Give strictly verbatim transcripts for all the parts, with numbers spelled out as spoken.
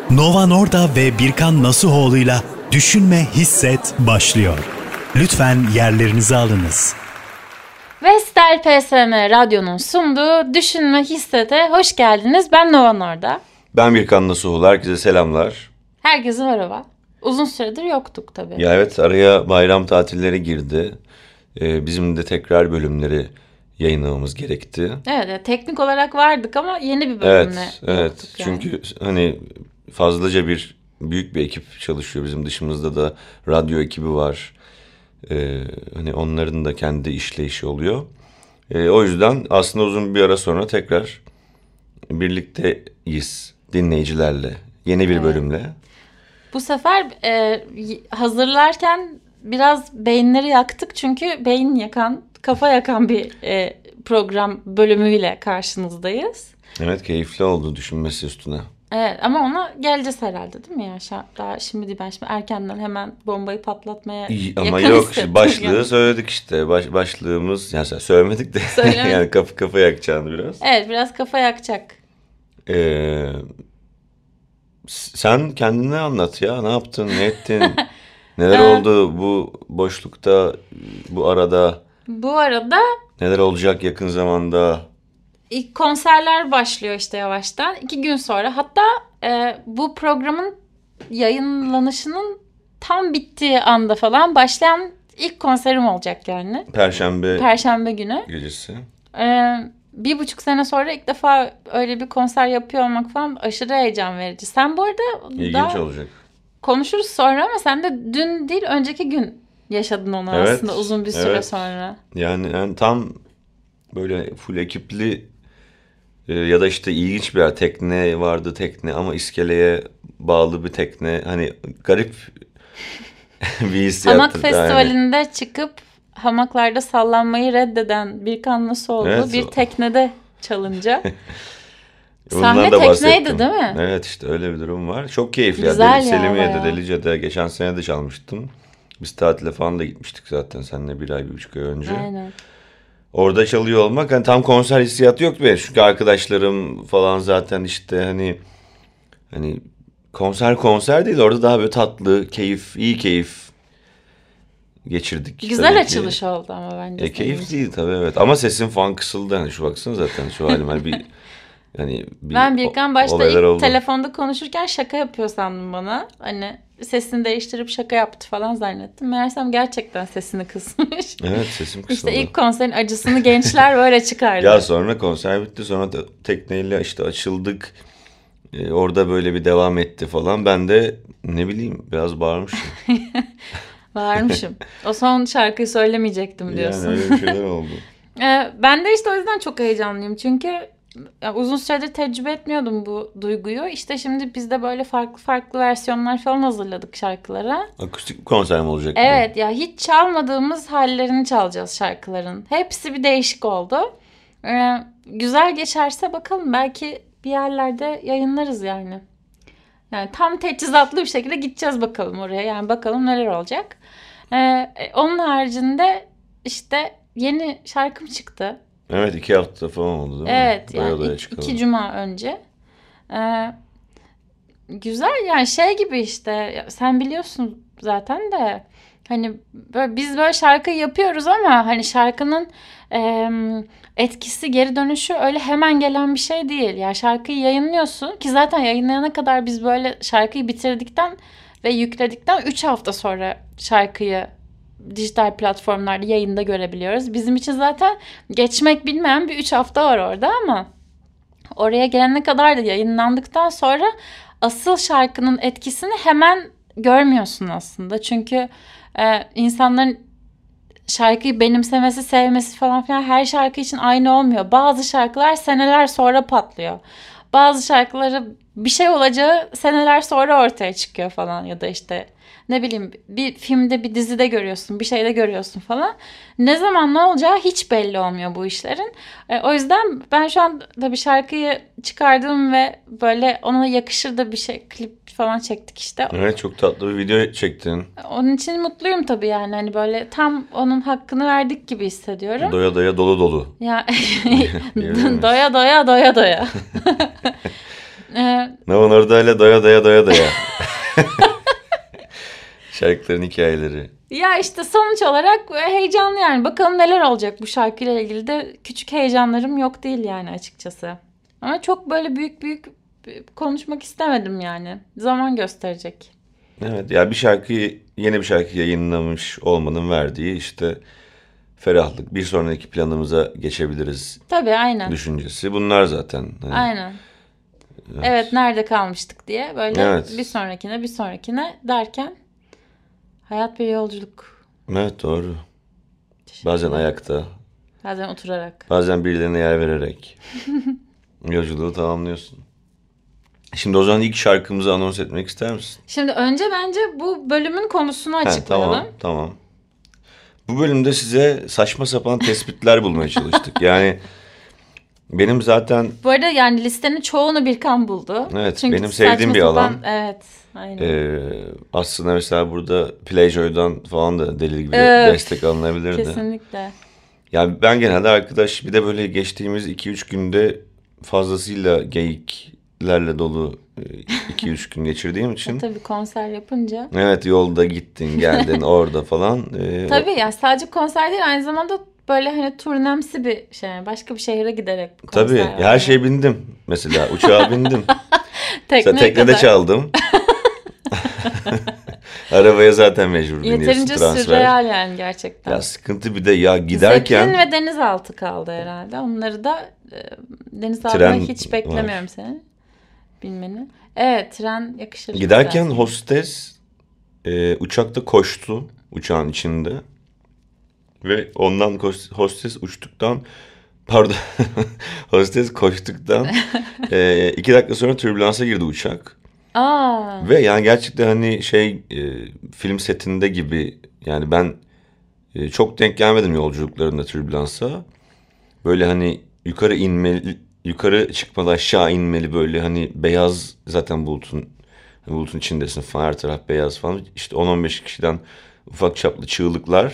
Nova Norda ve Birkan Nasuhoğlu'yla Düşünme Hisset başlıyor. Lütfen yerlerinizi alınız. Vestel P S M Radyo'nun sunduğu Düşünme Hisset'e hoş geldiniz. Ben Nova Norda. Ben Birkan Nasuhoğlu. Herkese selamlar. Herkese merhaba. Uzun süredir yoktuk tabii. Ya evet, araya bayram tatilleri girdi. Ee, bizim de tekrar bölümleri yayınlamamız gerekti. Evet, teknik olarak vardık ama yeni bir bölümle Evet, evet. yani. Çünkü hani fazlaca bir büyük bir ekip çalışıyor. Bizim dışımızda da radyo ekibi var. Ee, hani onların da kendi işleyişi oluyor. Ee, o yüzden aslında uzun bir ara sonra tekrar birlikteyiz dinleyicilerle. Yeni bir Evet. bölümle. Bu sefer e, hazırlarken biraz beyinleri yaktık. Çünkü beyin yakan, kafa yakan bir e, program bölümüyle karşınızdayız. Evet, keyifli oldu düşünmesi üstüne. Evet, ama ona geleceğiz herhalde değil mi ya? Daha şimdi değil, ben şimdi erkenden hemen bombayı patlatmaya İyi, yakın ama yok hissettim işte başlığı yani. söyledik işte. Baş, başlığımız yani söylemedik de Söylemedik. yani kafa kafa yakacağını biraz. Evet, biraz kafa yakacak. Ee, sen kendine anlat ya, ne yaptın, ne ettin, neler oldu bu boşlukta, bu arada, Bu arada neler olacak yakın zamanda? ilk konserler başlıyor işte yavaştan. İki gün sonra, hatta e, bu programın yayınlanışının tam bittiği anda falan başlayan ilk konserim olacak yani. Perşembe, Perşembe günü. gecesi. E, bir buçuk sene sonra ilk defa öyle bir konser yapıyor olmak falan aşırı heyecan verici. Sen bu arada İlginç daha olacak. konuşuruz sonra ama sen de dün değil önceki gün yaşadın onu Evet, aslında uzun bir süre evet. sonra. Yani, yani tam böyle full ekipli e, ya da işte ilginç bir yer. Tekne vardı, tekne ama iskeleye bağlı bir tekne. Hani garip bir hissiyat. Hamak Festivali'nde yani çıkıp hamaklarda sallanmayı reddeden Birkan Nasuhoğlu Evet, bir o. teknede çalınca. Bundan Sahne da tekneydi bahsettim. değil mi? Evet, işte öyle bir durum var. Çok keyifli. Güzel Deli- ya, Selimiye'de, bayağı. Delice'de geçen sene de çalmıştım. Biz tatile falan da gitmiştik zaten seninle bir ay, bir buçuk ay önce. Aynen. Orada çalıyor olmak hani tam konser hissiyatı yoktu benim. Çünkü arkadaşlarım falan zaten işte hani hani konser konser değil, orada daha böyle tatlı, keyif, iyi keyif geçirdik. Güzel tabii açılış ki. oldu ama bence. E, keyifliydi tabii, evet. Ama sesim falan kısıldı. Hani şu baksana zaten şu halim. Hani bir yani bir Ben Birkan o- başta olaylar ilk oldu. telefonda konuşurken şaka yapıyor sandım bana. Hani sesini değiştirip şaka yaptı falan zannettim. Meğersem gerçekten sesini kısmış. Evet, sesim kısıldı. İşte ilk konserin acısını gençler böyle çıkardı. Ya sonra konser bitti, sonra da tekneyle işte açıldık. Ee, orada böyle bir devam etti falan. Ben de ne bileyim biraz bağırmışım. Bağırmışım. O son şarkıyı söylemeyecektim diyorsun. Yani öyle bir şeyler oldu. Ee, ben de işte o yüzden çok heyecanlıyım. Çünkü ya, uzun süredir tecrübe etmiyordum bu duyguyu. İşte şimdi biz de böyle farklı farklı versiyonlar falan hazırladık şarkılara. Akustik bir konser mi olacak bu? Evet ya, hiç çalmadığımız hallerini çalacağız şarkıların. Hepsi bir değişik oldu. Ee, güzel geçerse bakalım, belki bir yerlerde yayınlarız yani. Yani tam teçhizatlı bir şekilde gideceğiz bakalım oraya. Yani bakalım neler olacak. Ee, onun haricinde işte yeni şarkım çıktı. Evet, iki hafta falan oldu değil mi? Evet Doya yani doya iki, çıkalım. iki cuma önce. Ee, güzel yani, şey gibi işte, ya sen biliyorsun zaten de hani böyle, biz böyle şarkı yapıyoruz ama hani şarkının e, etkisi, geri dönüşü öyle hemen gelen bir şey değil. Yani şarkıyı yayınlıyorsun ki zaten yayınlayana kadar biz böyle şarkıyı bitirdikten ve yükledikten üç hafta sonra şarkıyı dijital platformlarda yayında görebiliyoruz. Bizim için zaten geçmek bilmeyen bir üç hafta var orada ama oraya gelene kadar da yayınlandıktan sonra asıl şarkının etkisini hemen görmüyorsun aslında. Çünkü e, insanların şarkıyı benimsemesi, sevmesi falan filan her şarkı için aynı olmuyor. Bazı şarkılar seneler sonra patlıyor. Bazı şarkıları bir şey olacağı seneler sonra ortaya çıkıyor falan, ya da işte ne bileyim bir filmde, bir dizide görüyorsun, bir şeyde görüyorsun falan. Ne zaman ne olacağı hiç belli olmuyor bu işlerin. E, o yüzden ben şu an da bir şarkıyı çıkardım ve böyle ona yakışır da bir şey, klip falan çektik işte. Evet, çok tatlı bir video çektin. Onun için mutluyum tabii yani, hani böyle tam onun hakkını verdik gibi hissediyorum. Doya doya dolu dolu. Ya Diyebilir miyiz? doya doya doya doya. Ee, Nova Sevdayla doya doya doya doya. Şarkıların hikayeleri. Ya işte sonuç olarak heyecanlı yani. Bakalım neler olacak bu şarkıyla ilgili de küçük heyecanlarım yok değil yani açıkçası. Ama çok böyle büyük büyük konuşmak istemedim yani. Zaman gösterecek. Evet ya, bir şarkıyı, yeni bir şarkı yayınlamış olmanın verdiği işte ferahlık, bir sonraki planımıza geçebiliriz. Tabii aynen. Düşüncesi bunlar zaten. Hani, aynen. Evet. evet nerede kalmıştık diye böyle evet. bir sonrakine bir sonrakine derken hayat bir yolculuk. Evet doğru. Bazen ayakta. Bazen oturarak. Bazen birilerine yer vererek. Yolculuğu tamamlıyorsun. Şimdi o zaman ilk şarkımızı anons etmek ister misin? Şimdi önce bence bu bölümün konusunu açıklayalım. He, tamam, tamam. Bu bölümde size saçma sapan tespitler bulmaya çalıştık. Yani benim zaten... Bu arada yani listenin çoğunu Birkan buldu. Evet, Çünkü benim sevdiğim bir sapan, alan. Evet, aynen. Ee, aslında mesela burada Playjoy'dan falan da deli gibi evet, destek alınabilirdi. Kesinlikle. Yani ben genelde arkadaş, bir de böyle geçtiğimiz iki üç günde fazlasıyla geyiklerle dolu iki üç gün geçirdiğim için. E, tabii konser yapınca. Evet, yolda gittin geldin orada falan. Ee, tabii ya, sadece konser değil, aynı zamanda böyle hani turnemsi bir şey. Başka bir şehre giderek konser. Tabii var. Her şeye bindim. Mesela uçağa bindim. Tekne teknede kadar. Çaldım. Arabaya zaten mecbur biniyorsun. Yeterince sürreal yani gerçekten. Ya sıkıntı bir de ya giderken. Zeppelin ve denizaltı kaldı herhalde. Onları da e, denizaltıda hiç beklemiyorum var. Seni. Bilmeni. Evet, tren yakışır. Giderken zaten. Hostes e, uçakta koştu uçağın içinde. Ve ondan hostes uçtuktan pardon hostes koştuktan e, iki dakika sonra türbülansa girdi uçak. Aa. Ve yani gerçekten hani şey e, film setinde gibi, yani ben e, çok denk gelmedim yolculuklarında türbülansa. Böyle hani yukarı inmeli, yukarı çıkmalı, aşağı inmeli, böyle hani beyaz zaten bulutun bulutun içindesin falan, her taraf beyaz falan. İşte on on beş kişiden ufak çaplı çığlıklar.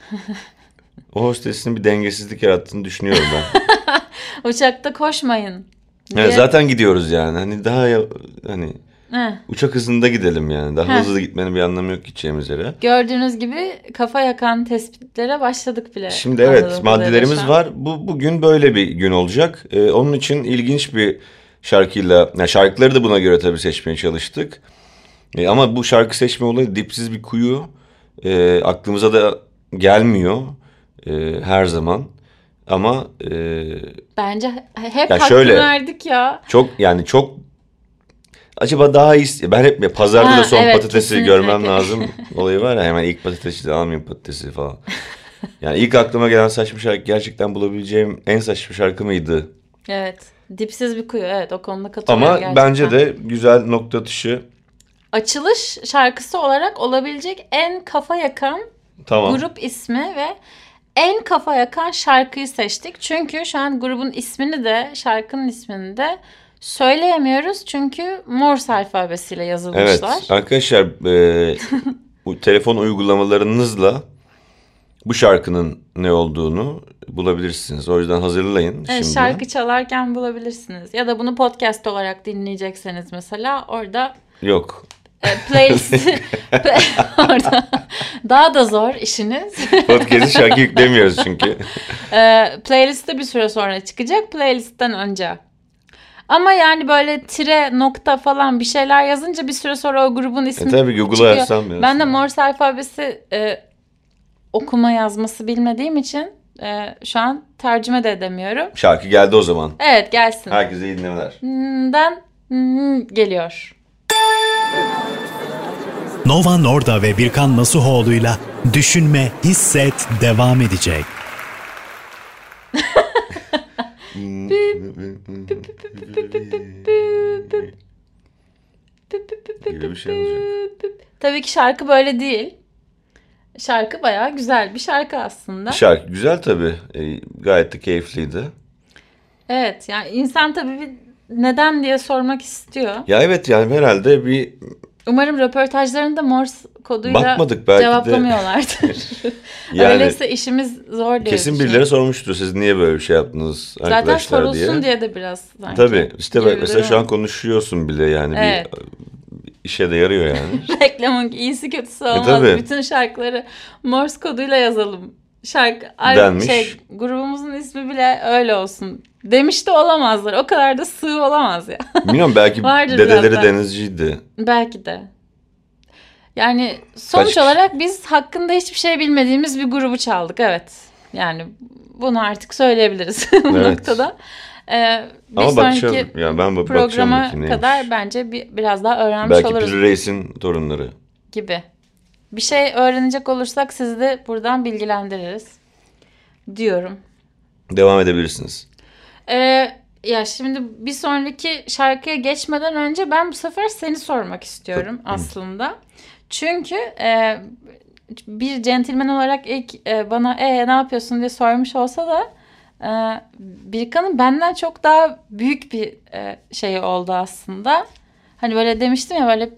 O hostesin bir dengesizlik yarattığını düşünüyorum ben. Uçakta koşmayın. Evet, zaten gidiyoruz yani. Hani daha ya, hani Heh. uçak hızında gidelim yani. Daha Heh. hızlı gitmenin bir anlamı yok gideceğimiz yere. Gördüğünüz gibi kafa yakan tespitlere başladık bile. Şimdi evet, maddelerimiz var. Bu bugün böyle bir gün olacak. Ee, onun için ilginç bir şarkıyla, yani şarkıları da buna göre tabii seçmeye çalıştık. Ee, ama bu şarkı seçme olayı dipsiz bir kuyu. Ee, aklımıza da gelmiyor e, her zaman. Ama e, bence hep hakkını şöyle, verdik ya. Çok yani çok acaba daha iyi, ben hep ya, pazarda ha, da son evet, patatesi kesinlikle. Görmem lazım olayı var ya, hemen ilk patatesi de almayayım patatesi falan. Yani ilk aklıma gelen saçma şarkı, gerçekten bulabileceğim en saçma şarkı mıydı? Evet, dipsiz bir kuyu, evet, o konuda katılıyorum ama gerçekten. Bence de güzel nokta atışı. Açılış şarkısı olarak olabilecek en kafa yakan tamam. grup ismi ve en kafa yakan şarkıyı seçtik. Çünkü şu an grubun ismini de şarkının ismini de söyleyemiyoruz. Çünkü Morse alfabesiyle yazılmışlar. Evet arkadaşlar, e, bu telefon uygulamalarınızla bu şarkının ne olduğunu bulabilirsiniz. O yüzden hazırlayın. Evet, şimdi. Şarkı çalarken bulabilirsiniz. Ya da bunu podcast olarak dinleyecekseniz mesela orada... Yok. Playlist orada daha da zor işiniz. Podcast'ı şarkı yüklemiyoruz çünkü. Playlist'te bir süre sonra çıkacak, playlist'ten önce. Ama yani böyle tire, nokta falan bir şeyler yazınca bir süre sonra o grubun ismi e tabii Google'a yazsam ya. Ben de Morse alfabesi e, okuma yazması bilmediğim için e, şu an tercüme de edemiyorum. Şarkı geldi o zaman. Evet, gelsin. Herkese iyi dinlemeler. Den geliyor. Nova Norda ve Birkan Nasuhoğlu'yla Düşünme, Hisset devam edecek. Gibi bir şey olacak. Tabii ki şarkı böyle değil. Şarkı bayağı güzel bir şarkı aslında. Şarkı güzel tabii. E, gayet de keyifliydi. Evet, yani insan tabii bir neden diye sormak istiyor. Ya evet, yani herhalde bir Umarım röportajlarında Morse koduyla Bakmadık belki de. cevaplamıyorlardır. Yani Öyleyse işimiz zor diye kesin düşünüyorum. birileri sormuştur siz niye böyle bir şey yaptınız Zaten arkadaşlar diye. sorulsun diye de biraz sanki. Tabii işte gibi bak bir mesela durum şu an var. konuşuyorsun bile yani Evet. bir işe de yarıyor yani. Reklamın iyisi kötüsü olmaz. tabii. Bütün şarkıları Morse koduyla yazalım. Şarkı al- Denmiş. şey grubumuzun ismi bile öyle olsun. Demiş de olamazlar. O kadar da sığ olamaz ya. Bilmiyorum belki Vardır dedeleri zaten. denizciydi. Belki de. Yani sonuç Kaç- olarak biz hakkında hiçbir şey bilmediğimiz bir grubu çaldık. Evet. Yani bunu artık söyleyebiliriz bu Evet. noktada. Ee, bir Ama sonraki bakacağım. Yani ben bak- bakacağım programa bakayım neymiş. kadar bence bir, biraz daha öğrenmiş Belki oluruz Piri Reis'in torunları. gibi. Bir şey öğrenecek olursak sizi de buradan bilgilendiririz diyorum. Devam edebilirsiniz. Ee, ya şimdi bir sonraki şarkıya geçmeden önce ben bu sefer seni sormak istiyorum aslında. Çünkü e, bir centilmen olarak ilk e, bana e ne yapıyorsun diye sormuş olsa da e, Birkan'ın benden çok daha büyük bir e, şey oldu aslında. Hani böyle demiştim ya böyle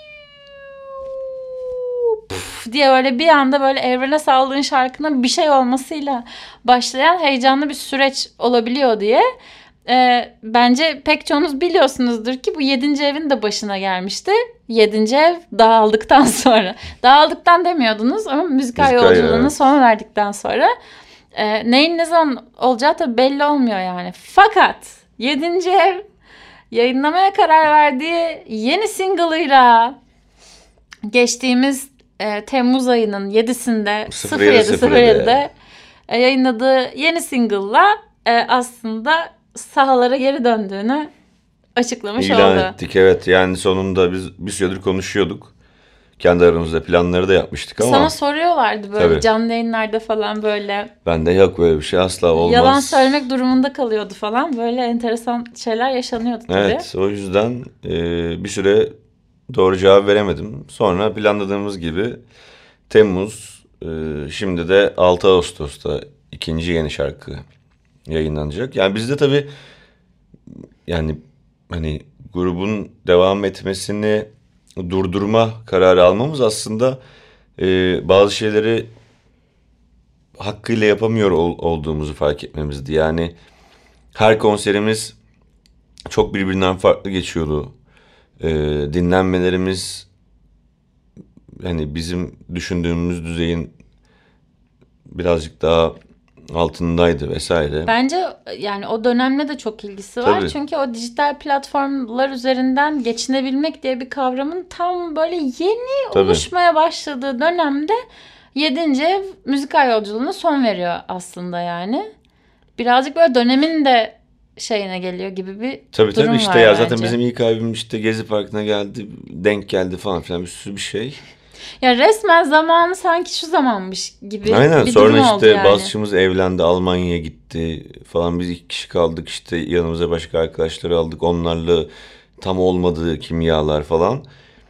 puf diye böyle bir anda böyle evrene saldığın şarkının bir şey olmasıyla başlayan heyecanlı bir süreç olabiliyor diye. Ee, bence pek çoğunuz biliyorsunuzdur ki bu yedinci evin de başına gelmişti. Yedinci ev dağıldıktan sonra. Dağıldıktan demiyordunuz ama müzikal Müzikal, yolculuğuna evet. son verdikten sonra e, neyin ne zaman olacağı tabii belli olmuyor yani. Fakat yedinci ev yayınlamaya karar verdiği yeni single'ıyla geçtiğimiz e, Temmuz ayının yedisinde sıfır sıfır yedi yedi sıfır sıfır yedi yedide e, yayınladığı yeni single'la e, aslında sahalara geri döndüğünü açıklamış İlan oldu. ettik evet. Yani sonunda biz bir süredir konuşuyorduk. Kendi aramızda planları da yapmıştık ama Sana soruyorlardı böyle Tabii. canlı yayınlarda falan böyle bende yok böyle bir şey asla olmaz. yalan söylemek durumunda kalıyordu falan. Böyle enteresan şeyler yaşanıyordu tabii. Evet o yüzden e, bir süre doğru cevap veremedim. Sonra planladığımız gibi Temmuz e, şimdi de altı Ağustos'ta ikinci yeni şarkı yayınlanacak. Yani bizde tabii yani hani grubun devam etmesini durdurma kararı almamız aslında e, bazı şeyleri hakkıyla yapamıyor ol- olduğumuzu fark etmemizdi. Yani her konserimiz çok birbirinden farklı geçiyordu. E, dinlenmelerimiz hani bizim düşündüğümüz düzeyin birazcık daha altındaydı vesaire. Bence yani o dönemle de çok ilgisi var. Tabii. Çünkü o dijital platformlar üzerinden geçinebilmek diye bir kavramın tam böyle yeni Tabii. oluşmaya başladığı dönemde yedinci ev müzikal yolculuğuna son veriyor aslında yani. Birazcık böyle dönemin de şeyine geliyor gibi bir Tabii durum tabii işte var ya bence. zaten bizim ilk albüm işte Gezi Parkı'na geldi, denk geldi falan filan bir sürü bir şey. Ya resmen zamanı sanki şu zamanmış gibi Aynen bir sonra durum oldu işte yani. basçımız evlendi, Almanya'ya gitti falan, biz iki kişi kaldık işte, yanımıza başka arkadaşları aldık, onlarla tam olmadığı kimyalar falan.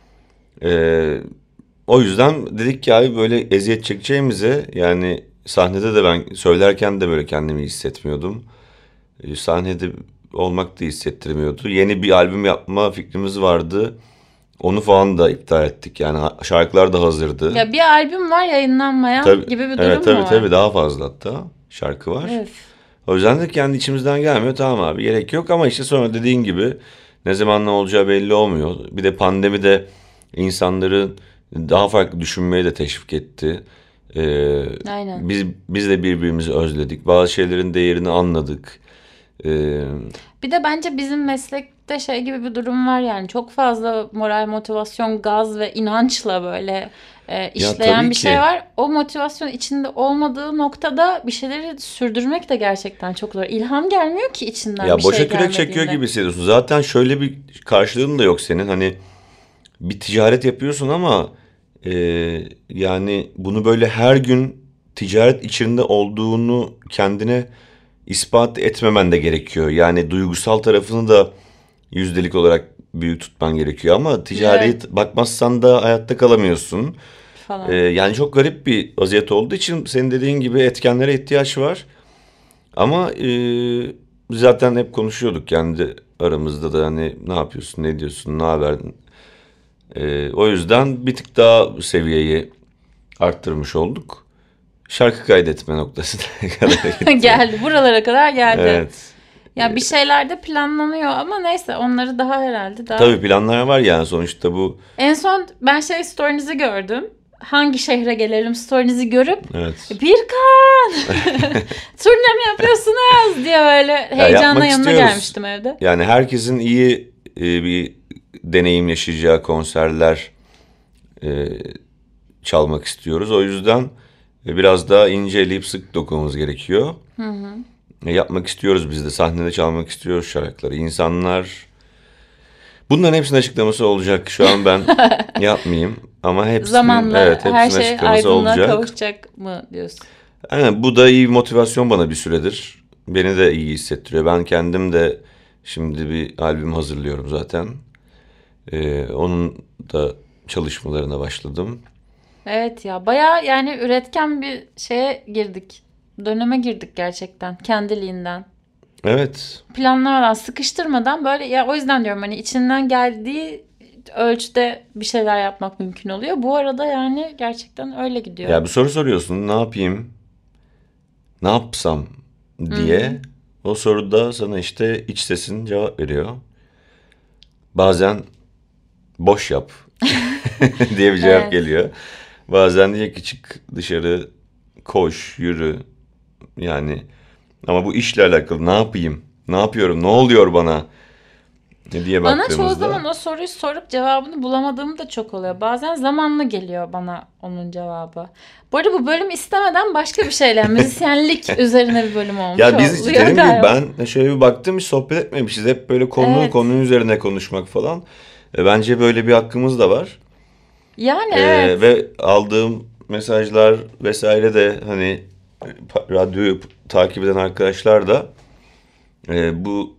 Ee, o yüzden dedik ki abi böyle eziyet çekeceğimize, yani sahnede de ben söylerken de böyle kendimi iyi hissetmiyordum. Ee, sahnede olmak da hissettirmiyordu. Yeni bir albüm yapma fikrimiz vardı. Onu falan da iptal ettik. Yani ha- şarkılar da hazırdı. Ya bir albüm var yayınlanmayan Tabii, gibi bir durum evet, mu tabii var? tabii daha fazla hatta şarkı var. Evet. O yüzden de kendi içimizden gelmiyor. Tamam abi gerek yok, ama işte sonra dediğin gibi ne zaman ne olacağı belli olmuyor. Bir de pandemi de insanları daha farklı düşünmeye de teşvik etti. Ee, Aynen. biz biz de birbirimizi özledik. Bazı şeylerin değerini anladık. Ee, Bir de bence bizim meslekte şey gibi bir durum var yani çok fazla moral, motivasyon, gaz ve inançla böyle e, işleyen tabii bir ki. şey var. O motivasyon içinde olmadığı noktada bir şeyleri sürdürmek de gerçekten çok zor. İlham gelmiyor ki içinden ya bir boşa şey kürek çekiyor gelmediğinde. gibi hissediyorsun. Zaten şöyle bir karşılığın da yok senin. Hani bir ticaret yapıyorsun ama e, yani bunu böyle her gün ticaret içinde olduğunu kendine ispat etmemen de gerekiyor. Yani duygusal tarafını da yüzdelik olarak büyük tutman gerekiyor, ama ticari Evet. bakmazsan da hayatta kalamıyorsun. Falan. E, yani çok garip bir vaziyet olduğu için senin dediğin gibi etkenlere ihtiyaç var. Ama e, zaten hep konuşuyorduk kendi aramızda da, hani ne yapıyorsun, ne diyorsun, ne haber? Ee, o yüzden bir tık daha seviyeyi arttırmış olduk. Şarkı kaydetme noktasına kadar gitti. Geldi. Buralara kadar geldi. Evet. Ya bir şeyler de planlanıyor ama neyse onları daha herhalde daha... Tabii planlar var yani sonuçta bu. En son ben şey story'nizi gördüm. Hangi şehre gelelim story'nizi görüp Evet. Birkan turne mi yapıyorsunuz diye böyle heyecanla ya yanına istiyoruz. gelmiştim evde. Yani herkesin iyi e, bir deneyim yaşayacağı konserler e, çalmak istiyoruz. O yüzden biraz daha inceleyip sık dokunmamız gerekiyor. Hı hı. E, yapmak istiyoruz biz de. Sahnede çalmak istiyoruz şarkıları. İnsanlar... Bunların hepsinin açıklaması olacak. Şu an ben yapmayayım. Ama hepsinin, zamanla evet, hepsinin her şey açıklaması aydınlığa olacak. kavuşacak mı diyorsun? Yani bu da iyi bir motivasyon bana bir süredir. Beni de iyi hissettiriyor. Ben kendim de şimdi bir albüm hazırlıyorum zaten. Ee, onun da çalışmalarına başladım. Evet ya bayağı yani üretken bir şeye girdik. Döneme girdik gerçekten kendiliğinden. Evet. Planlamadan, sıkıştırmadan böyle ya o yüzden diyorum hani içinden geldiği ölçüde bir şeyler yapmak mümkün oluyor. Bu arada yani gerçekten öyle gidiyor. Ya bir soru soruyorsun. Ne yapayım? Ne yapsam diye. Hı-hı. O soruda sana işte iç sesin cevap veriyor. Bazen boş yap diye bir cevap Evet. geliyor. Bazen diyor ki çık dışarı, koş, yürü. Yani ama bu işle alakalı ne yapayım? Ne yapıyorum? Ne oluyor bana? Diye Bana baktığımızda. çoğu zaman o soruyu sorup cevabını bulamadığım da çok oluyor. Bazen zamanla geliyor bana onun cevabı. Bu arada bu bölüm istemeden başka bir şeyle müzisyenlik üzerine bir bölüm olmuş Ya biz oluyor dediğim gibi galiba. ben şöyle bir baktım hiç sohbet etmemişiz. Hep böyle konu Evet. konunun üzerine konuşmak falan. E, bence böyle bir hakkımız da var. Yani E, evet. Ve aldığım mesajlar vesaire de hani pa- radyoyu takip eden arkadaşlar da e, bu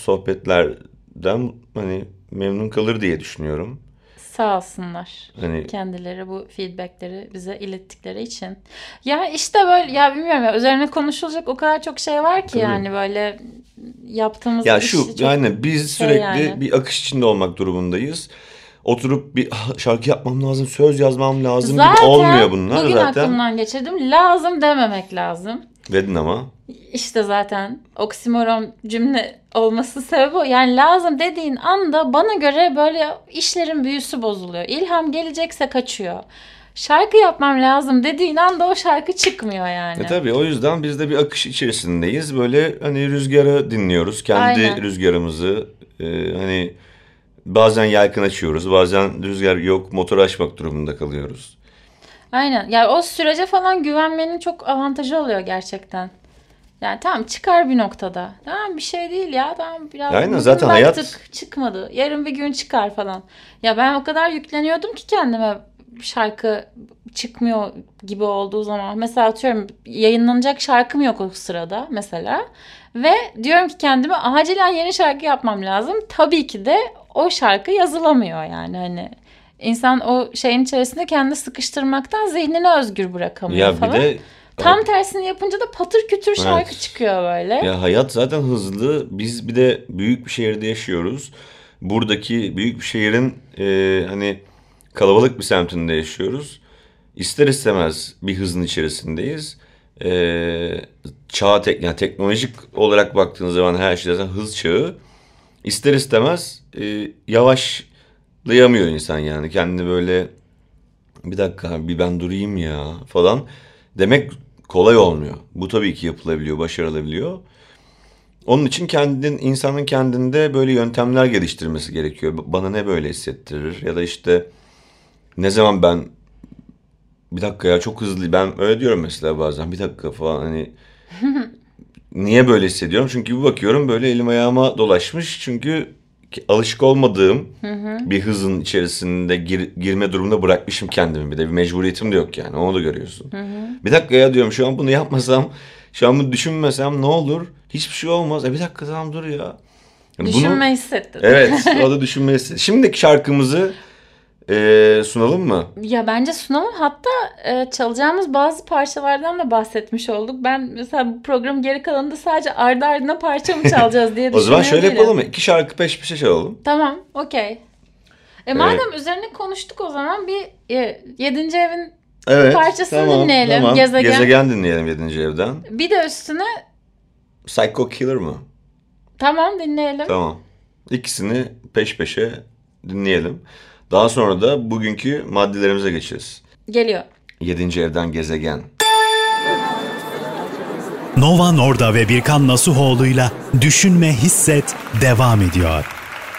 sohbetlerden hani memnun kalır diye düşünüyorum. Sağ olsunlar. Hani Kendileri bu feedbackleri bize ilettikleri için. Ya işte böyle ya bilmiyorum ya üzerine konuşulacak o kadar çok şey var ki Tabii. yani böyle yaptığımız ya iş şu çok yani biz şey sürekli yani. bir akış içinde olmak durumundayız. Oturup bir "Ah, şarkı yapmam lazım, söz yazmam lazım" gibi Zaten olmuyor bunlar bugün zaten. aklımdan geçirdim. Lazım dememek lazım. Dedin ama. İşte zaten oksimoron cümle olması sebebi o. Yani lazım dediğin anda bana göre böyle işlerin büyüsü bozuluyor. İlham gelecekse kaçıyor. Şarkı yapmam lazım dediğin anda o şarkı çıkmıyor yani. E tabii o yüzden biz de bir akış içerisindeyiz. Böyle hani rüzgarı dinliyoruz. Kendi Aynen. rüzgarımızı e, hani bazen yelken açıyoruz. Bazen rüzgar yok motor açmak durumunda kalıyoruz. Aynen. Yani o sürece falan güvenmenin çok avantajı oluyor gerçekten. Yani tamam çıkar bir noktada. Tamam bir şey değil ya. Tamam biraz Aynen, bugün zaten baktık hayat- çıkmadı. Yarın bir gün çıkar falan. Ya ben o kadar yükleniyordum ki kendime şarkı çıkmıyor gibi olduğu zaman. Mesela atıyorum yayınlanacak şarkım yok o sırada mesela. Ve diyorum ki kendime acilen yeni şarkı yapmam lazım. Tabii ki de o şarkı yazılamıyor yani hani. İnsan o şeyin içerisinde kendini sıkıştırmaktan zihnini özgür bırakamıyor Ya falan. bir de Tam tersini yapınca da patır kütür şarkı Evet. çıkıyor böyle. ya hayat zaten hızlı. Biz bir de büyük bir şehirde yaşıyoruz. Buradaki büyük bir şehrin e, hani kalabalık bir semtinde yaşıyoruz. İster istemez bir hızın içerisindeyiz. E, çağ tek, yani teknolojik olarak baktığınız zaman her şey zaten hız çağı. İster istemez e, yavaşlayamıyor insan yani. Kendini böyle bir dakika bir ben durayım ya falan demek kolay olmuyor. Bu tabii ki yapılabiliyor, başarılabiliyor. Onun için kendin, insanın kendinde böyle yöntemler geliştirmesi gerekiyor. Bana ne böyle hissettirir ya da işte ne zaman ben bir dakika ya çok hızlı ben öyle diyorum mesela bazen bir dakika falan hani niye böyle hissediyorum? Çünkü bir bakıyorum böyle elim ayağıma dolaşmış çünkü alışık olmadığım bir hızın içerisinde gir- girme durumunda bırakmışım kendimi. Bir de bir mecburiyetim de yok yani onu da görüyorsun. Bir dakika ya diyorum şu an bunu yapmasam şu an bunu düşünmesem ne olur? Hiçbir şey olmaz. E bir dakika tamam dur ya. Yani bunu- Düşünme hissettin. Evet, o da düşünmesi. Şimdiki şarkımızı eee, sunalım mı? Ya bence sunalım. Hatta e, çalacağımız bazı parçalardan da bahsetmiş olduk. Ben mesela bu programın geri kalanında sadece ardı ardına parça mı çalacağız diye O zaman düşünüyor şöyle değilim. yapalım mı? İki şarkı peş peşe çalalım. Tamam, okey. E madem ee, üzerine konuştuk o zaman bir e, yedinci evin evet, parçasını tamam, dinleyelim. Tamam. Gezegen. Gezegen dinleyelim yedinci evden. Bir de üstüne Psycho Killer mı? Tamam, dinleyelim. Tamam. İkisini peş peşe dinleyelim. Daha sonra da bugünkü maddelerimize geçeceğiz. Geliyor. yedinci evden Gezegen. Nova Norda ve Birkan Nasuhoğlu'yla Düşünme Hisset devam ediyor.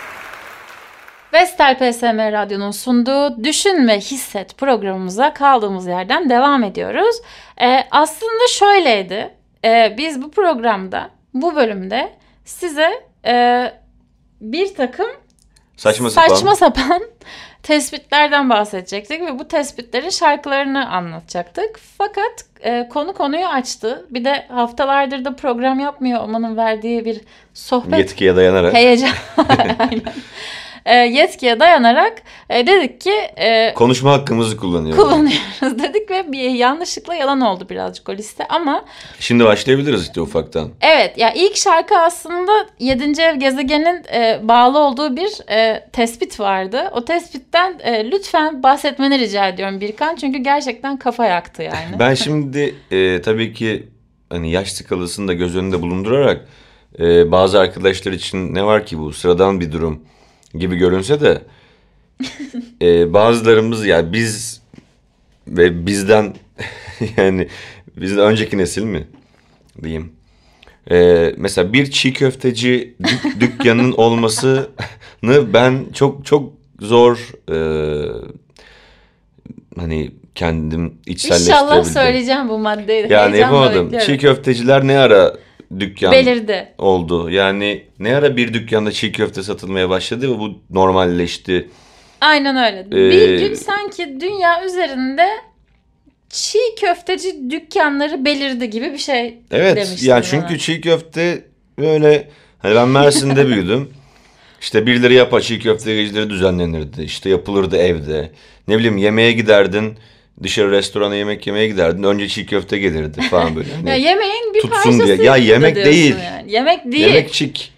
Vestel P S M Radyo'nun sunduğu Düşünme Hisset programımıza kaldığımız yerden devam ediyoruz. Ee, aslında şöyleydi. Ee, biz bu programda, bu bölümde size e, bir takım saçma sapan, saçma sapan tespitlerden bahsedecektik ve bu tespitlerin şarkılarını anlatacaktık. Fakat e, konu konuyu açtı. Bir de haftalardır da program yapmıyor olmanın verdiği bir sohbet. Yetkiye dayanarak. Heyecan. Aynen. E, yetkiye dayanarak e, dedik ki... E, konuşma hakkımızı kullanıyoruz. Kullanıyoruz dedik ve bir yanlışlıkla yalan oldu birazcık o liste ama... Şimdi başlayabiliriz işte ufaktan. Evet, ya ilk şarkı aslında yedinci ev gezegenin e, bağlı olduğu bir e, tespit vardı. O tespitten e, lütfen bahsetmeni rica ediyorum Birkan. Çünkü gerçekten kafa yaktı yani. Ben şimdi e, tabii ki hani yaş skalasını da göz önünde bulundurarak e, bazı arkadaşlar için ne var ki bu sıradan bir durum gibi görünse de e, bazılarımız yani biz ve bizden yani bizden önceki nesil mi diyeyim. E, mesela bir çiğ köfteci dük- dükkanının olmasını ben çok çok zor e, hani kendim içselleştirebildim. İnşallah söyleyeceğim bu maddeyi. Yani yapamadım. Çiğ köfteciler ne ara dükkan belirdi oldu. Yani ne ara bir dükkanda çiğ köfte satılmaya başladı ve bu normalleşti. Aynen öyle. Ee, bir gün sanki dünya üzerinde çiğ köfteci dükkanları belirdi gibi bir şey evet, demiştim. Yani çünkü bana. Çiğ köfte böyle hani ben Mersin'de büyüdüm. İşte birileri yapar çiğ köfte geceleri düzenlenirdi. İşte yapılırdı evde. Ne bileyim yemeğe giderdin. Dışarı restorana yemek yemeye giderdin. Önce çiğ köfte gelirdi falan böyle. Hani ya yemeğin bir tutsun parçası. Diye. Ya yemek değil. Yani. Yemek değil. Yemek çik.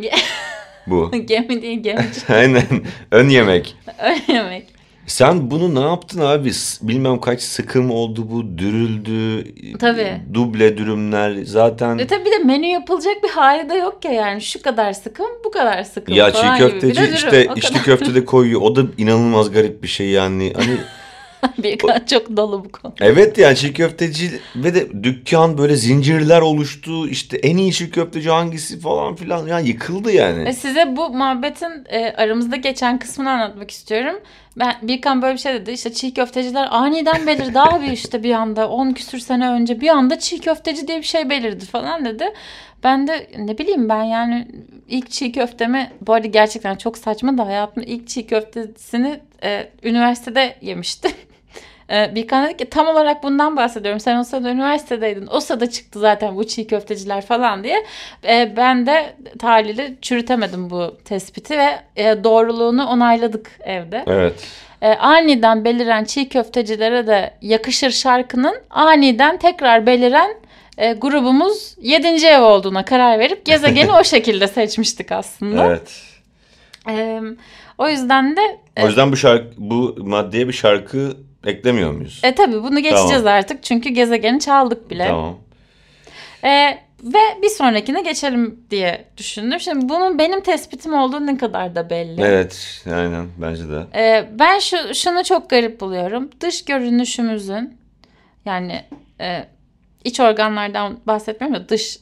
Bu. Gemi değil, gemi çik. Aynen. Ön yemek. Ön yemek. Sen bunu ne yaptın abi? Bilmem kaç sıkım oldu bu. Dürüldü. Tabii. Duble dürümler zaten. E tabii bir de menü yapılacak bir hali de yok ya yani. Şu kadar sıkım, bu kadar sıkım ya falan çiğ köfteci gibi. işte içli köfte de koyuyor. O da inanılmaz garip bir şey yani. Hani Birkan çok dolu bu konu. Evet yani çiğ köfteci ve de dükkan böyle zincirler oluştu. İşte en iyi çiğ köfteci hangisi falan filan. Yani yıkıldı yani. E size bu muhabbetin e, aramızda geçen kısmını anlatmak istiyorum. Ben Birkan böyle bir şey dedi. İşte çiğ köfteciler aniden belirdi abi işte bir anda on küsür sene önce bir anda çiğ köfteci diye bir şey belirdi falan dedi. Ben de ne bileyim ben yani ilk çiğ köftemi bu arada gerçekten çok saçma da hayatımda ilk çiğ köftesini e, üniversitede yemiştim. Birkan dedi ki tam olarak bundan bahsediyorum. Sen o sırada üniversitedeydin. O sırada çıktı zaten bu çiğ köfteciler falan diye. E, ben de haliyle çürütemedim bu tespiti ve e, doğruluğunu onayladık evde. Evet. E, aniden beliren çiğ köftecilere de yakışır şarkının aniden tekrar beliren e, grubumuz yedinci ev olduğuna karar verip gezegeni o şekilde seçmiştik aslında. Evet. E, o yüzden de... E, o yüzden bu şarkı, bu maddeye bir şarkı eklemiyor muyuz? E tabii bunu geçeceğiz tamam. Artık çünkü gezegeni çaldık bile. Tamam. E, ve bir sonrakine geçelim diye düşündüm. Şimdi bunun benim tespitim olduğu ne kadar da belli. Evet aynen bence de. E, ben şu şunu çok garip buluyorum. Dış görünüşümüzün yani e, iç organlardan bahsetmiyorum da dış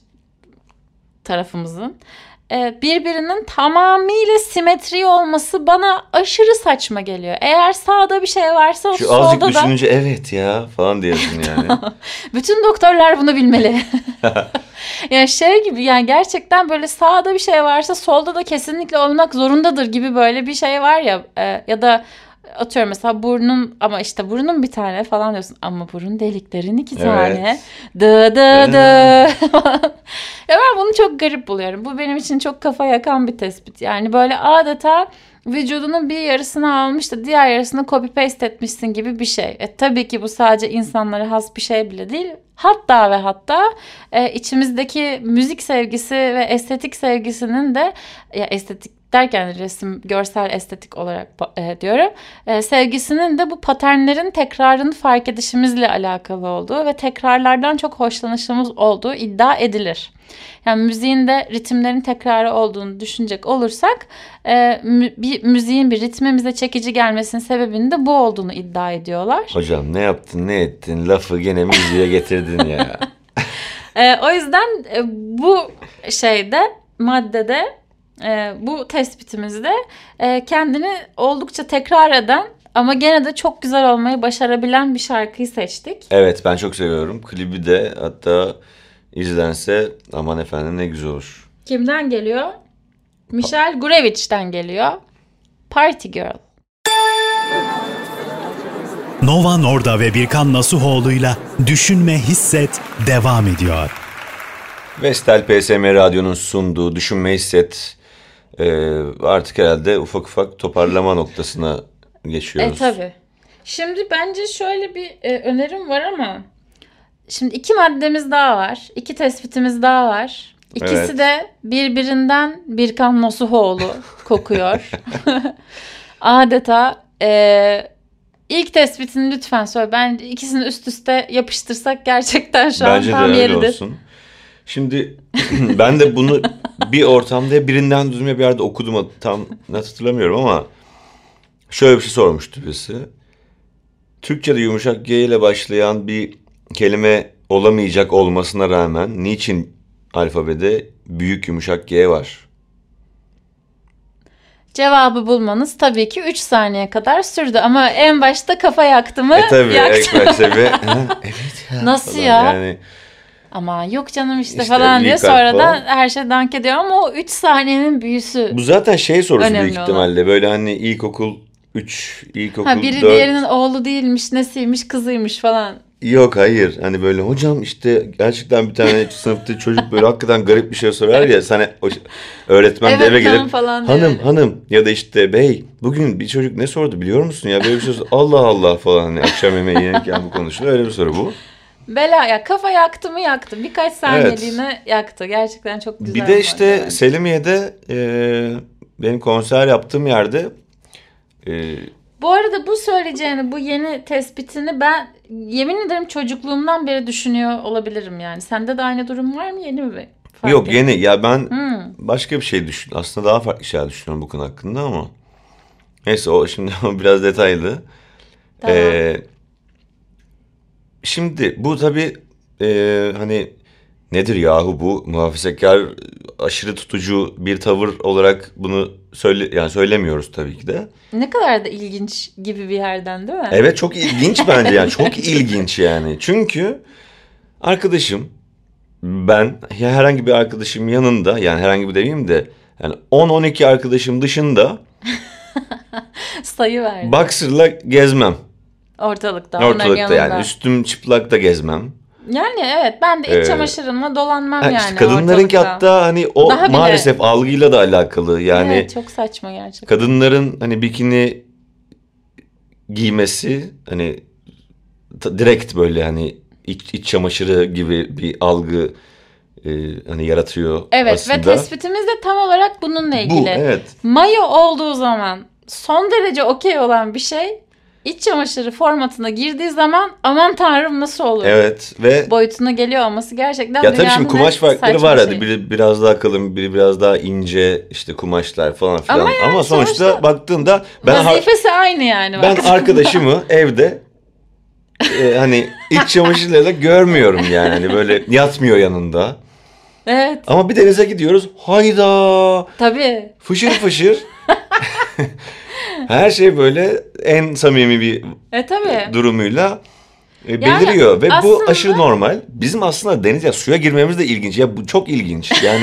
tarafımızın birbirinin tamamıyla simetri olması bana aşırı saçma geliyor. Eğer sağda bir şey varsa şu solda da... azıcık düşününce evet ya falan diyorsun yani. Bütün doktorlar bunu bilmeli. Yani şey gibi yani gerçekten böyle sağda bir şey varsa solda da kesinlikle olmak zorundadır gibi böyle bir şey var ya. E, ya da atıyorum mesela burnun ama işte burnun bir tane falan diyorsun ama burun deliklerin iki evet. tane. Dı dı dı. Ya ben bunu çok garip buluyorum. Bu benim için çok kafa yakan bir tespit. Yani böyle adeta vücudunun bir yarısını almış da diğer yarısını copy paste etmişsin gibi bir şey. E, tabii ki bu sadece insanlara has bir şey bile değil. Hatta ve hatta e, içimizdeki müzik sevgisi ve estetik sevgisinin de ya estetik derken resim, görsel estetik olarak e, diyorum. E, sevgisinin de bu paternlerin tekrarını fark edişimizle alakalı olduğu ve tekrarlardan çok hoşlanışımız olduğu iddia edilir. Yani müziğin de ritimlerin tekrarı olduğunu düşünecek olursak e, mü, bir müziğin bir ritmimize çekici gelmesinin sebebinin de bu olduğunu iddia ediyorlar. Hocam ne yaptın ne ettin lafı gene müziğe getirdin ya. e, o yüzden e, bu şeyde maddede e, bu tespitimizde e, kendini oldukça tekrar eden ama gene de çok güzel olmayı başarabilen bir şarkıyı seçtik. Evet, ben çok seviyorum. Klibi de hatta izlense aman efendim ne güzel olur. Kimden geliyor? Michelle Gurevich'ten geliyor. Party Girl. Nova Norda ve Birkan Nasuhoğlu'yla Düşünme Hisset devam ediyor. Vestel P S M Radyo'nun sunduğu Düşünme Hisset e, artık herhalde ufak ufak toparlama noktasına geçiyoruz. E tabii. Şimdi bence şöyle bir e, önerim var ama şimdi iki maddemiz daha var. İki tespitimiz daha var. İkisi Evet. de birbirinden Birkan Nasuhoğlu kokuyor. Adeta e, ilk tespitini lütfen söyle. Ben ikisini üst üste yapıştırsak gerçekten şu Bence an tam de öyle yeridir. olsun. Şimdi ben de bunu bir ortamda birinden duydum ya bir yerde okudum, tam net hatırlamıyorum ama şöyle bir şey sormuştu birisi. Türkçe'de yumuşak G ile başlayan bir kelime olamayacak olmasına rağmen niçin alfabede büyük yumuşak G var? Cevabı bulmanız tabii ki üç saniye kadar sürdü ama en başta kafa yaktı mı? E tabii Yaktı. ilk başta bir, ha, evet ya. Nasıl falan. ya? Yani Ama yok canım işte, İşte falan diye büyük harf sonradan falan. her şey dank ediyor ama o üç saniyenin büyüsü. bu zaten şey sorusu Önemli büyük olan. ihtimalle. Böyle hani ilkokul üç, ilkokul Ha biri dört. diğerinin oğlu değilmiş, nesiymiş, kızıymış falan. Yok hayır, hani böyle hocam işte gerçekten bir tane sınıfta çocuk böyle hakikaten garip bir şey sorar ya sana o öğretmen de Evet, eve canım gelip falan diyor hanım öyle. hanım ya da işte bey bugün bir çocuk ne sordu biliyor musun ya böyle bir şey sordu. Allah Allah falan hani akşam yemeği yerken bu konuşuluyor, öyle bir soru bu. Bela ya, kafa yaktı mı yaktı. Birkaç saniyeliğine yaktı. Gerçekten çok güzel. Bir bir de işte madde. Selimiye'de e, benim konser yaptığım yerde e, Bu arada bu söyleyeceğini, bu yeni tespitini ben yemin ederim çocukluğumdan beri düşünüyor olabilirim yani. Sende de aynı durum var mı? Yeni mi? Fark yok ettin? yeni ya ben Hmm. başka bir şey düşün. Aslında daha farklı şeyler düşünüyorum bu konu hakkında ama neyse o şimdi o biraz detaylı. Tamam. Ee, şimdi bu tabii e, hani nedir yahu bu muhafazakar aşırı tutucu bir tavır olarak bunu söyle yani söylemiyoruz tabii ki de. Ne kadar da ilginç gibi bir yerden değil mi? Evet çok ilginç bence yani çok ilginç yani. Çünkü arkadaşım ben ya herhangi bir arkadaşım yanında yani herhangi bir demeyeyim de yani on on iki arkadaşım dışında Sayı verdi. boxer'la gezmem. Ortalıkta. onların Ortalıkta yanında. yani üstüm çıplak da gezmem. Yani evet, ben de iç Ee, çamaşırımla dolanmam Ha, yani işte kadınlarınki ortalıkta. hatta hani o Daha bile- maalesef algıyla da alakalı. Yani Evet, çok saçma gerçekten. kadınların hani bikini giymesi hani ta- direkt böyle hani iç, iç çamaşırı gibi bir algı e, hani yaratıyor Evet aslında. ve tespitimiz de tam olarak bununla ilgili. Bu evet. Mayo olduğu zaman son derece okey olan bir şey, iç çamaşırı formatına girdiği zaman aman tanrım nasıl olur? Evet ve Boyutuna geliyor olması gerçekten ya tabii dünyanın şimdi en kumaş farkları saçma var şeyi. hadi biri biraz daha kalın biri biraz daha ince işte kumaşlar falan filan. Ama Ama, yani sonuçta, sonuçta baktığında ben har- Vazifesi aynı yani. ben bak. arkadaşımı evde e, hani iç çamaşırlarıyla görmüyorum yani hani böyle yatmıyor yanında. Evet Ama bir denize gidiyoruz. Hayda! tabii. Fışır fışır. Her şey böyle en samimi bir E tabii. durumuyla e, beliriyor ve bu aslında- aşırı normal. Bizim aslında deniz ya suya girmemiz de ilginç. Ya bu çok ilginç. Yani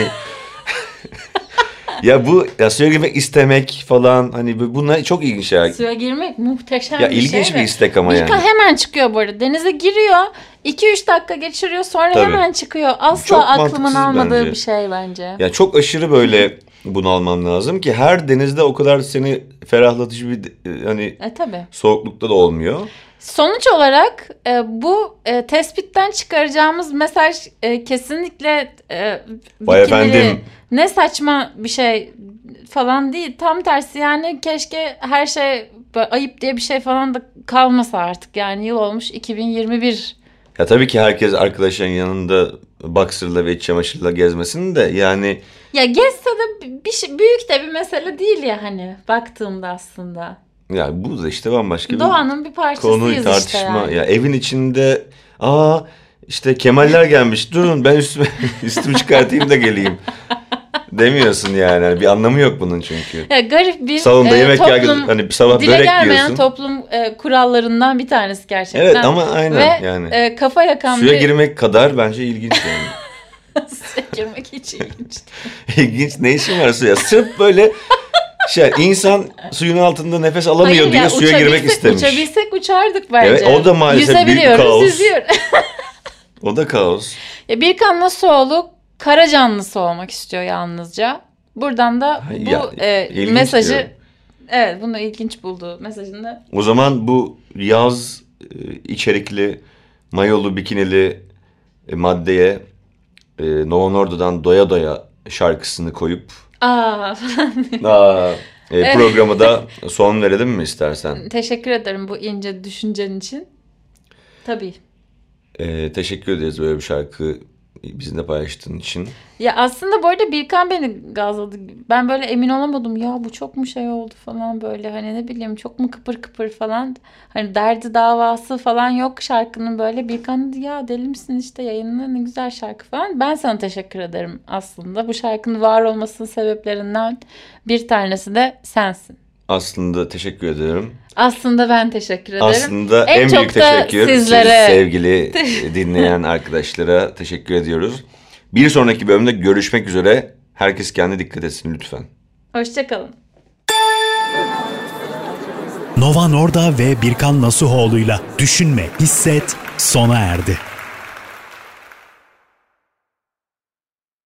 ya bu ya suya girmek istemek falan hani bu- bunlar çok ilginç ya. Suya girmek muhteşem Ya bir ilginç şey bir de. istek ama Birkan yani. hemen çıkıyor bu arada. Denize giriyor. iki üç dakika geçiriyor sonra Tabii. hemen çıkıyor. Asla Çok aklımın mantıksız almadığı bence. bir şey bence. Ya çok aşırı böyle bunalman lazım ki her denizde o kadar seni ferahlatıcı bir hani E tabii. soğuklukta da olmuyor. Sonuç olarak e, bu e, tespitten çıkaracağımız mesaj e, kesinlikle e, Vay bikinili, efendim. ne saçma bir şey falan değil. Tam tersi yani keşke her şey böyle ayıp diye bir şey falan da kalmasa artık. Yani yıl olmuş iki bin yirmi bir. Ya tabii ki herkes arkadaşların yanında boxer'la ve iç çamaşırla gezmesin de yani. Ya gezse de bir şey, büyük de bir mesele değil ya hani baktığımda aslında. Ya bu da işte bambaşka bir Doğanın bir parçasıyız konu, işte tartışma. yani. Ya evin içinde aa işte Kemaller gelmiş, durun ben üstüme üstümü çıkartayım da geleyim demiyorsun yani. Yani bir anlamı yok bunun çünkü. Ya garip bir salonda e, yemek toplum, yerken hani sabah dile börek gelmeyen yiyorsun. toplum e, kurallarından bir tanesi gerçekten. Evet ama aynen Ve, yani. e, kafa yakan Suya bir... girmek kadar bence ilginç yani. Suya girmek hiç ilginç. İlginç, ne işin var suya? Sırf böyle şey, insan suyun altında nefes alamıyor Hayır diye ya, suya girmek istemiş. Uçabilsek uçardık bence. Evet, o da maalesef büyük bir Yüzebiliyoruz, kaos. yüzüyoruz. O da kaos. Ya Birkan Nasuoğlu kara canlısı olmak istiyor yalnızca. Buradan da Ay bu ya, e, ilginç mesajı... diyor. Evet, bunu ilginç buldu mesajında. O zaman bu yaz e, içerikli, mayolu, bikinili e, maddeye e, Nova Nordo'dan Doya Doya şarkısını koyup Aa falan. aa, e, programı da son verelim mi istersen? Teşekkür ederim bu ince düşüncen için. Tabii. E, teşekkür ederiz böyle bir şarkı bizimle paylaştığın için. Ya aslında bu arada Birkan beni gazladı. Ben böyle emin olamadım. Ya bu çok mu şey oldu falan böyle. Hani ne bileyim çok mu kıpır kıpır falan. Hani derdi davası falan yok şarkının böyle. Birkan dedi ya deli misin işte yayınla ne güzel şarkı falan. Ben sana teşekkür ederim aslında. Bu şarkının var olmasının sebeplerinden bir tanesi de sensin. Aslında teşekkür ederim. Aslında ben teşekkür ederim. Aslında en, en, çok büyük da teşekkür sizlere. siz sevgili dinleyen arkadaşlara teşekkür ediyoruz. Bir sonraki bölümde görüşmek üzere. Herkes kendine dikkat etsin lütfen. Hoşçakalın. Nova Norda ve Birkan Nasuhoğlu'yla Düşünme, Hisset sona erdi.